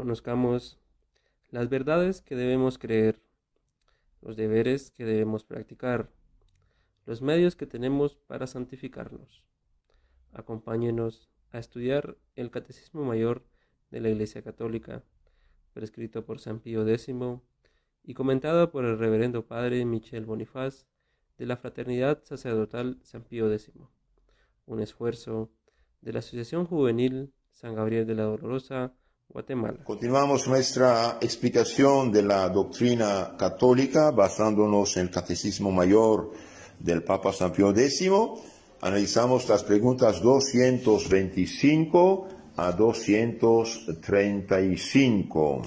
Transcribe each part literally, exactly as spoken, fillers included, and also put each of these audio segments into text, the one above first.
conozcamos las verdades que debemos creer, los deberes que debemos practicar, los medios que tenemos para santificarnos. Acompáñenos a estudiar el Catecismo Mayor de la Iglesia Católica, prescrito por San Pío X y comentado por el Reverendo Padre Michel Bonifaz de la Fraternidad Sacerdotal San Pío X, un esfuerzo de la Asociación Juvenil San Gabriel de la Dolorosa, Guatemala. Continuamos nuestra explicación de la doctrina católica basándonos en el Catecismo Mayor del Papa San Pío X. Analizamos las preguntas doscientos veinticinco a doscientos treinta y cinco.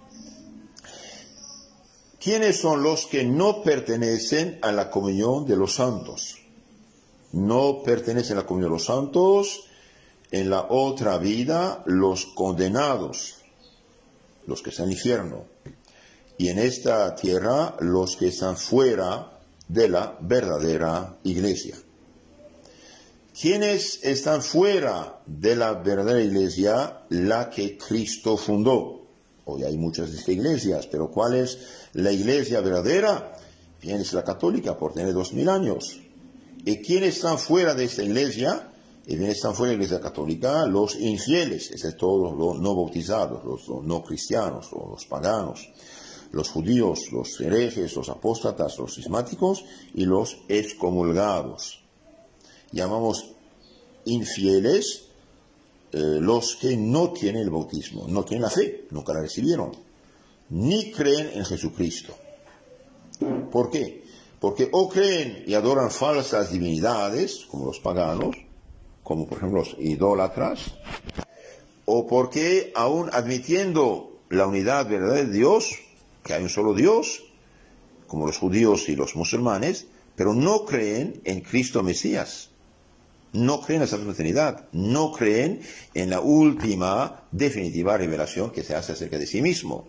¿Quiénes son los que no pertenecen a la comunión de los santos? No pertenecen a la comunión de los santos. En la otra vida, los condenados, los que están en el infierno. Y en esta tierra, los que están fuera de la verdadera iglesia. ¿Quiénes están fuera de la verdadera iglesia? La que Cristo fundó. Hoy hay muchas iglesias, pero ¿cuál es la iglesia verdadera? Bien, es la católica, por tener dos mil años. ¿Y quiénes están fuera de esta iglesia? Y bien, están fuera de la iglesia católica los infieles, es decir, todos los no bautizados, los no cristianos, los paganos, los judíos, los herejes, los apóstatas, los cismáticos y los excomulgados. Llamamos infieles eh, los que no tienen el bautismo, no tienen la fe, nunca la recibieron, ni creen en Jesucristo. ¿Por qué? Porque o creen y adoran falsas divinidades, como los paganos, como por ejemplo los idólatras, o porque aún admitiendo la unidad verdadera de Dios, que hay un solo Dios, como los judíos y los musulmanes, pero no creen en Cristo Mesías, no creen en la Santa Trinidad, no creen en la última definitiva revelación que se hace acerca de sí mismo.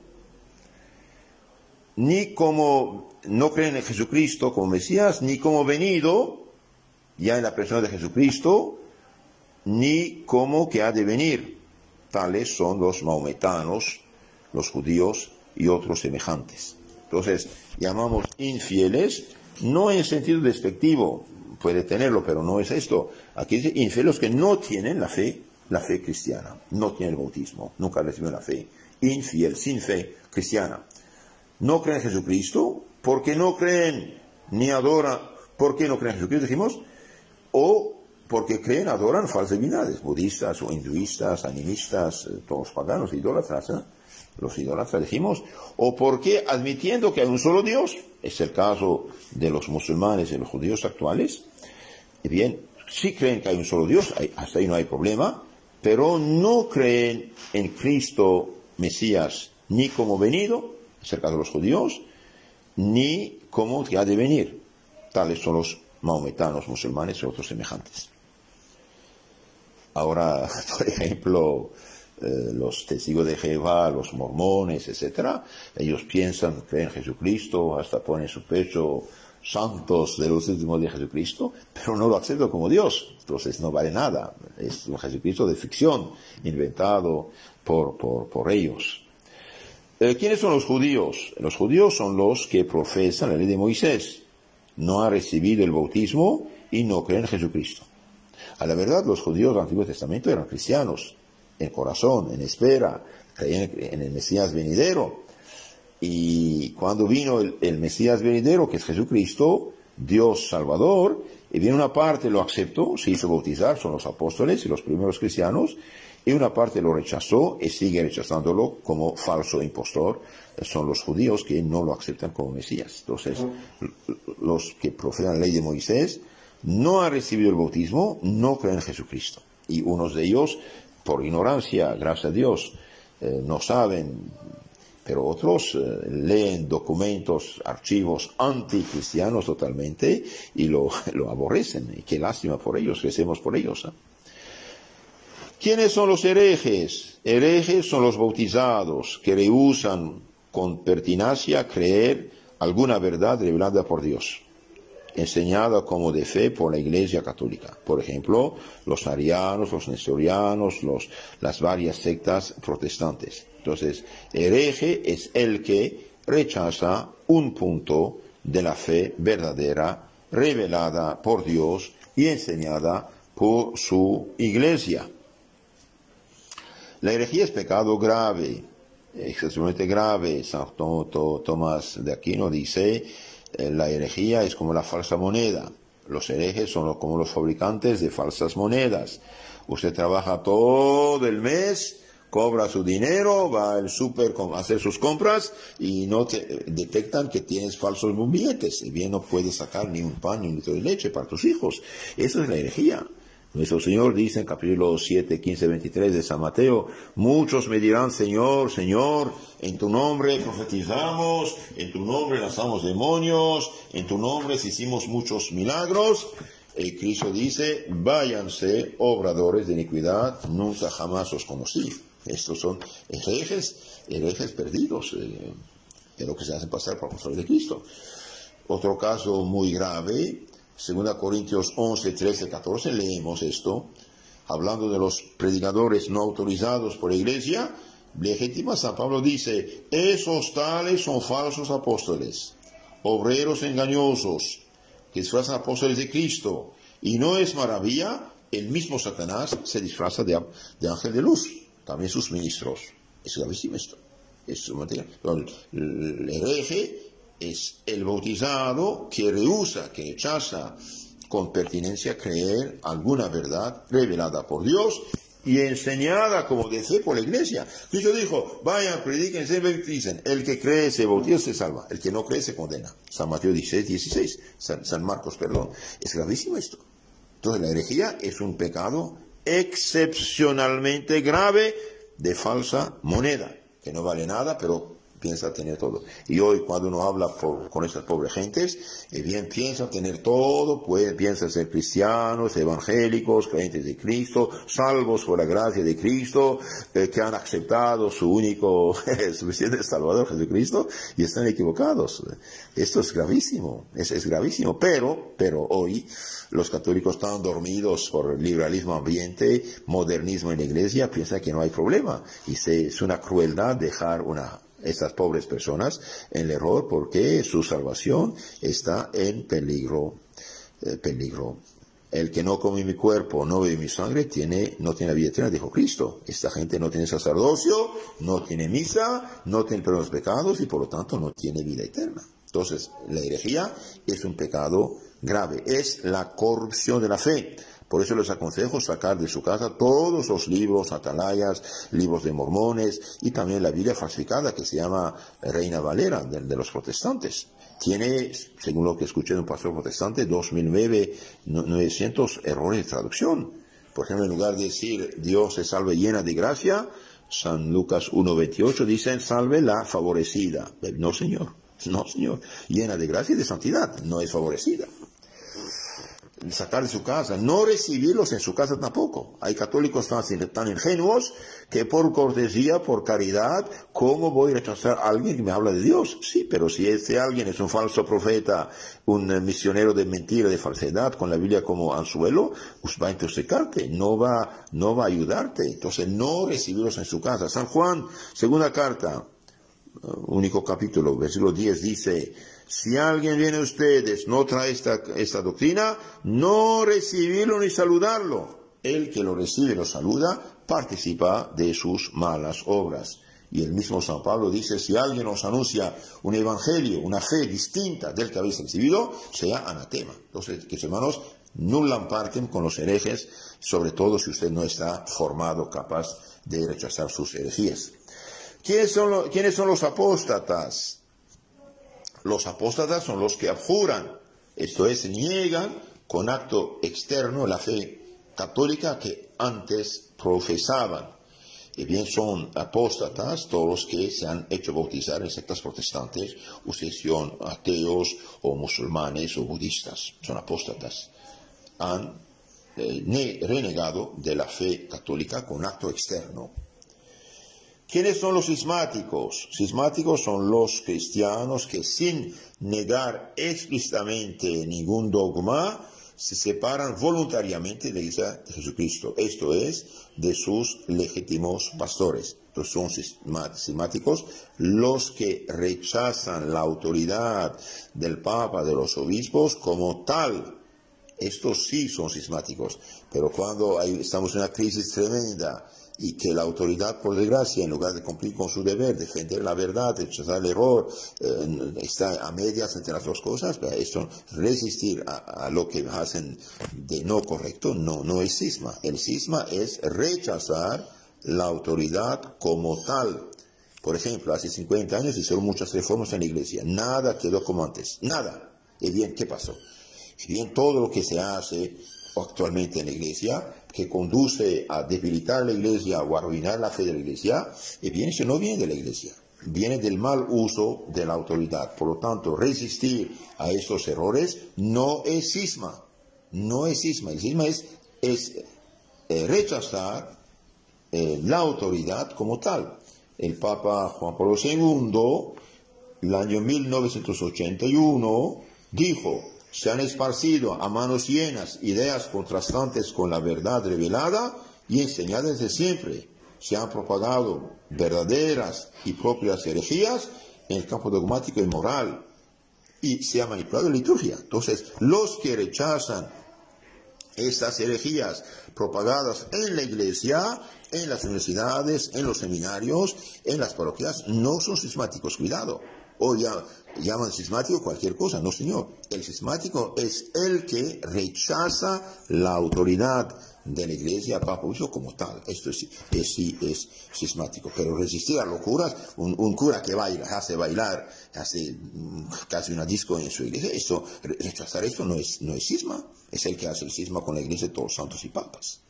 Ni como no creen en Jesucristo como Mesías, ni como venido, ya en la persona de Jesucristo, ni como que ha de venir. Tales son los maometanos, los judíos y otros semejantes. Entonces, llamamos infieles, no en sentido despectivo, puede tenerlo, pero no es esto. Aquí dice infieles los que no tienen la fe, la fe cristiana, no tienen el bautismo, nunca reciben la fe. Infiel, sin fe cristiana. No creen en Jesucristo, porque no creen ni adoran. ¿Por qué no creen en Jesucristo? Dijimos, o porque creen, adoran falsas divinidades, budistas o hinduistas, animistas, todos los paganos, idólatras, ¿eh? Los idólatras dijimos, o porque admitiendo que hay un solo Dios, es el caso de los musulmanes y los judíos actuales, y bien, sí creen que hay un solo Dios, hasta ahí no hay problema, pero no creen en Cristo Mesías ni como venido, es el caso de los judíos, ni como que ha de venir. Tales son los maometanos, musulmanes y otros semejantes. Ahora, por ejemplo, eh, los testigos de Jehová, los mormones, etcétera, ellos piensan, creen en Jesucristo, hasta ponen en su pecho santos de los últimos días de Jesucristo, pero no lo aceptan como Dios, entonces no vale nada, es un Jesucristo de ficción, inventado por, por, por ellos. Eh, ¿Quiénes son los judíos? Los judíos son los que profesan la ley de Moisés, no han recibido el bautismo y no creen en Jesucristo. A la verdad, los judíos del Antiguo Testamento eran cristianos, en corazón, en espera, creían en el Mesías venidero. Y cuando vino el, el Mesías venidero, que es Jesucristo, Dios Salvador, y bien una parte lo aceptó, se hizo bautizar, son los apóstoles y los primeros cristianos, y una parte lo rechazó y sigue rechazándolo como falso impostor, son los judíos que no lo aceptan como Mesías. Entonces, los que profesan la ley de Moisés no han recibido el bautismo, no creen en Jesucristo. Y unos de ellos, por ignorancia, gracias a Dios, eh, no saben, pero otros eh, leen documentos, archivos anticristianos totalmente y lo, lo aborrecen. Y qué lástima por ellos, recemos por ellos. ¿eh? ¿Quiénes son los herejes? Herejes son los bautizados que rehúsan con pertinacia creer alguna verdad revelada por Dios, enseñada como de fe por la Iglesia Católica. Por ejemplo, los arianos, los nestorianos, los, las varias sectas protestantes. Entonces, hereje es el que rechaza un punto de la fe verdadera, revelada por Dios y enseñada por su iglesia. La herejía es pecado grave, extremadamente grave. Santo Tomás de Aquino dice, la herejía es como la falsa moneda. Los herejes son como los fabricantes de falsas monedas. Usted trabaja todo el mes, cobra su dinero, va al súper a hacer sus compras y no te detectan que tienes falsos billetes. Y bien no puedes sacar ni un pan ni un litro de leche para tus hijos. Eso es la herejía. Nuestro Señor dice en capítulo siete, quince, veintitrés de San Mateo, muchos me dirán, Señor, Señor, en tu nombre profetizamos, en tu nombre lanzamos demonios, en tu nombre hicimos muchos milagros. Y Cristo dice, váyanse, obradores de iniquidad, nunca jamás os conocí. Estos son herejes, herejes perdidos, eh, de lo que se hacen pasar por apóstoles de Cristo. Otro caso muy grave, segunda Corintios once, trece, catorce, leemos esto, hablando de los predicadores no autorizados por la iglesia, legítima, San Pablo dice, esos tales son falsos apóstoles, obreros engañosos, que disfrazan apóstoles de Cristo, y no es maravilla, el mismo Satanás se disfraza de, de ángel de luz, también sus ministros. Es gravísimo esto. Es el hereje es el bautizado que rehúsa, que rechaza con pertinencia creer alguna verdad revelada por Dios y enseñada como de fe por la iglesia. Cristo dijo, vayan, prediquen, se bauticen. El que cree, se bautiza, se salva. El que no cree, se condena. San Mateo dieciséis, dieciséis. San, San Marcos, perdón. Es gravísimo esto. Entonces la herejía es un pecado excepcionalmente grave de falsa moneda, que no vale nada, pero piensa tener todo. Y hoy cuando uno habla por, con estas pobres gentes, eh, bien piensa tener todo, pues piensa ser cristianos, evangélicos, creyentes de Cristo, salvos por la gracia de Cristo, eh, que han aceptado su único suficiente Salvador Jesucristo, y están equivocados. Esto es gravísimo, es, es gravísimo, pero, pero hoy los católicos están dormidos por el liberalismo ambiente, modernismo en la iglesia, piensan que no hay problema, y se, es una crueldad dejar una estas pobres personas en el error porque su salvación está en peligro. Eh, peligro. El que no come mi cuerpo, no bebe mi sangre, tiene, no tiene la vida eterna, dijo Cristo. Esta gente no tiene sacerdocio, no tiene misa, no tiene perdón de los pecados y por lo tanto no tiene vida eterna. Entonces, la herejía es un pecado grave, es la corrupción de la fe. Por eso les aconsejo sacar de su casa todos los libros, atalayas, libros de mormones y también la Biblia falsificada que se llama Reina Valera de, de los protestantes. Tiene, según lo que escuché de un pastor protestante, dos mil novecientos errores de traducción. Por ejemplo, en lugar de decir Dios se salve llena de gracia, San Lucas uno veintiocho dicen salve la favorecida. No, señor. No, señor. Llena de gracia y de santidad. No es favorecida. Sacar de su casa, no recibirlos en su casa tampoco. Hay católicos tan, tan ingenuos que por cortesía, por caridad, ¿cómo voy a rechazar a alguien que me habla de Dios? Sí, pero si ese alguien es un falso profeta, un misionero de mentira, de falsedad, con la Biblia como anzuelo, pues va a intoxicarte, no va, no va a ayudarte. Entonces, no recibirlos en su casa. San Juan, segunda carta, único capítulo, versículo diez, dice, si alguien viene a ustedes, no trae esta, esta doctrina, no recibirlo ni saludarlo. El que lo recibe y lo saluda, participa de sus malas obras. Y el mismo San Pablo dice, si alguien os anuncia un evangelio, una fe distinta del que habéis recibido, sea anatema. Entonces, que hermanos, no lamparten con los herejes, sobre todo si usted no está formado, capaz de rechazar sus herejías. ¿Quiénes son los, ¿quiénes son los apóstatas? Los apóstatas son los que abjuran, esto es, niegan con acto externo la fe católica que antes profesaban. Y bien son apóstatas todos los que se han hecho bautizar en sectas protestantes, o si son ateos o musulmanes o budistas, son apóstatas. Han eh, renegado de la fe católica con acto externo. ¿Quiénes son los cismáticos? Cismáticos son los cristianos que sin negar explícitamente ningún dogma, se separan voluntariamente de la Iglesia de Jesucristo, esto es, de sus legítimos pastores. Entonces son cismáticos los que rechazan la autoridad del Papa, de los obispos, como tal. Estos sí son cismáticos, pero cuando hay, estamos en una crisis tremenda y que la autoridad, por desgracia, en lugar de cumplir con su deber, defender la verdad, rechazar el error, eh, está a medias entre las dos cosas, esto, resistir a, a lo que hacen de no correcto, no, no es cisma. El cisma es rechazar la autoridad como tal. Por ejemplo, hace cincuenta años hicieron muchas reformas en la iglesia, nada quedó como antes, nada. Y bien, ¿qué pasó? Y bien, todo lo que se hace actualmente en la iglesia, que conduce a debilitar la iglesia o a arruinar la fe de la iglesia, y bien, eso no viene de la iglesia, viene del mal uso de la autoridad. Por lo tanto, resistir a estos errores no es cisma, no es cisma. El cisma es, es eh, rechazar eh, la autoridad como tal. El Papa Juan Pablo segundo, el año mil novecientos ochenta y uno, dijo: se han esparcido a manos llenas ideas contrastantes con la verdad revelada y enseñada desde siempre. Se han propagado verdaderas y propias herejías en el campo dogmático y moral y se ha manipulado la liturgia. Entonces, los que rechazan estas herejías propagadas en la iglesia, en las universidades, en los seminarios, en las parroquias, no son cismáticos, cuidado. O ya llaman cismático cualquier cosa, no señor. El cismático es el que rechaza la autoridad de la iglesia, Papa Obispo como tal. Esto es, es, sí es cismático. Pero resistir a locuras, un, un cura que baila, hace bailar, hace um, casi una disco en su iglesia, esto, rechazar esto no es, no es cisma. Es el que hace el cisma con la iglesia de todos los santos y papas.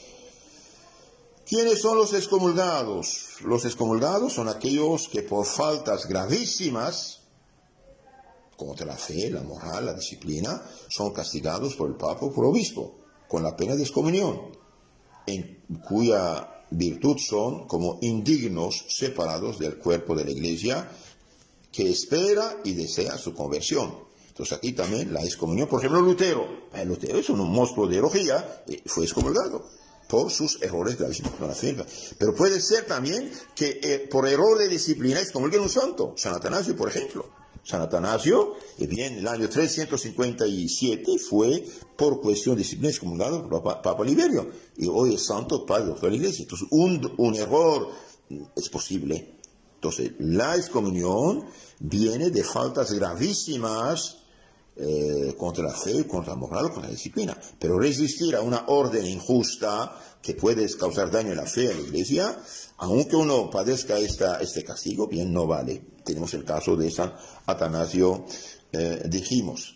¿Quiénes son los excomulgados? Los excomulgados son aquellos que por faltas gravísimas contra la fe, la moral, la disciplina, son castigados por el Papa o por el obispo, con la pena de excomunión, en cuya virtud son como indignos separados del cuerpo de la iglesia que espera y desea su conversión. Entonces aquí también la excomunión, por ejemplo Lutero, el Lutero es un monstruo de herejía, fue excomulgado por sus errores gravísimos con la fe. Pero puede ser también que eh, por error de disciplina excomulguen un santo, San Atanasio, por ejemplo. San Atanasio, eh bien, en el año trescientos cincuenta y siete fue por cuestión de disciplina excomulgado por Papa, Papa Liberio, y hoy es santo padre de la iglesia. Entonces, un, un error es posible. Entonces, la excomunión viene de faltas gravísimas Eh, contra la fe, contra la moral, contra la disciplina. Pero resistir a una orden injusta que puede causar daño a la fe de la iglesia, aunque uno padezca esta, este castigo, bien, no vale. Tenemos el caso de San Atanasio, eh, dijimos.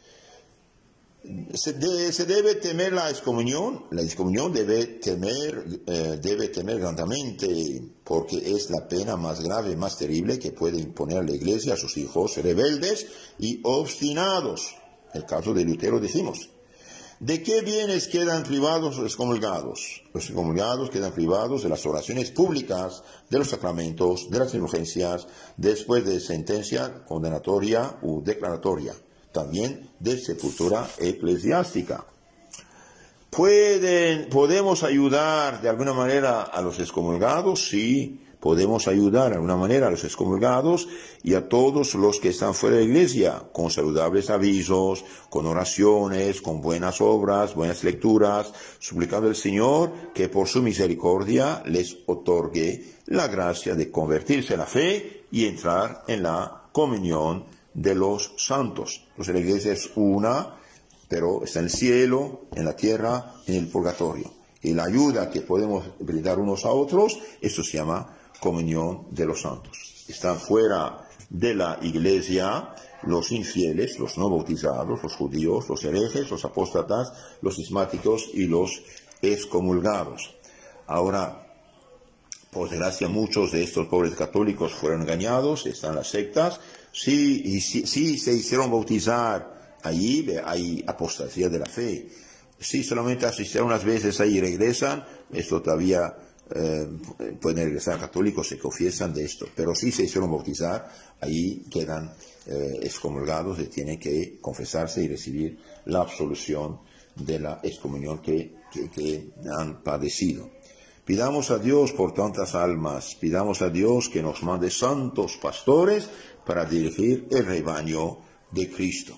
Se, de, se debe temer la excomunión, la excomunión debe temer, eh, debe temer grandemente, porque es la pena más grave, más terrible que puede imponer la iglesia a sus hijos rebeldes y obstinados. El caso de Lutero dijimos. ¿De qué bienes quedan privados los excomulgados? Los excomulgados quedan privados de las oraciones públicas, de los sacramentos, de las indulgencias, después de sentencia condenatoria u declaratoria. También de sepultura eclesiástica. ¿Pueden, ¿Podemos ayudar de alguna manera a los excomulgados? Sí, podemos ayudar de alguna manera a los excomulgados y a todos los que están fuera de la iglesia, con saludables avisos, con oraciones, con buenas obras, buenas lecturas, suplicando al Señor que por su misericordia les otorgue la gracia de convertirse a la fe y entrar en la comunión de los santos. Entonces la iglesia es una, pero está en el cielo, en la tierra, en el purgatorio. Y la ayuda que podemos brindar unos a otros, eso se llama comunión de los santos. Están fuera de la iglesia los infieles, los no bautizados, los judíos, los herejes, los apóstatas, los cismáticos y los excomulgados. Ahora, por desgracia, muchos de estos pobres católicos fueron engañados, están en las sectas. Sí, y sí, sí se hicieron bautizar allí, hay apostasía de la fe. Sí, solamente asistieron unas veces ahí y regresan, esto todavía eh, pueden regresar católicos, se confiesan de esto, pero si se hicieron bautizar, ahí quedan eh, excomulgados y tienen que confesarse y recibir la absolución de la excomunión que, que, que han padecido. Pidamos a Dios por tantas almas, pidamos a Dios que nos mande santos pastores para dirigir el rebaño de Cristo.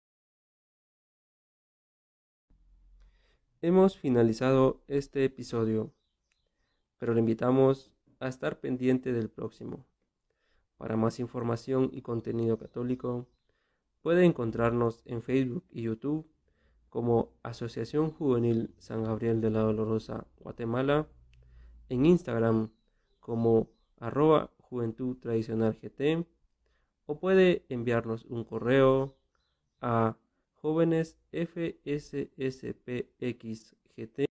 Hemos finalizado este episodio, pero le invitamos a estar pendiente del próximo. Para más información y contenido católico, puede encontrarnos en Facebook y YouTube como Asociación Juvenil San Gabriel de la Dolorosa Guatemala, en Instagram como arroba Juventud Tradicional G T, o puede enviarnos un correo a jóvenes f s s p x g t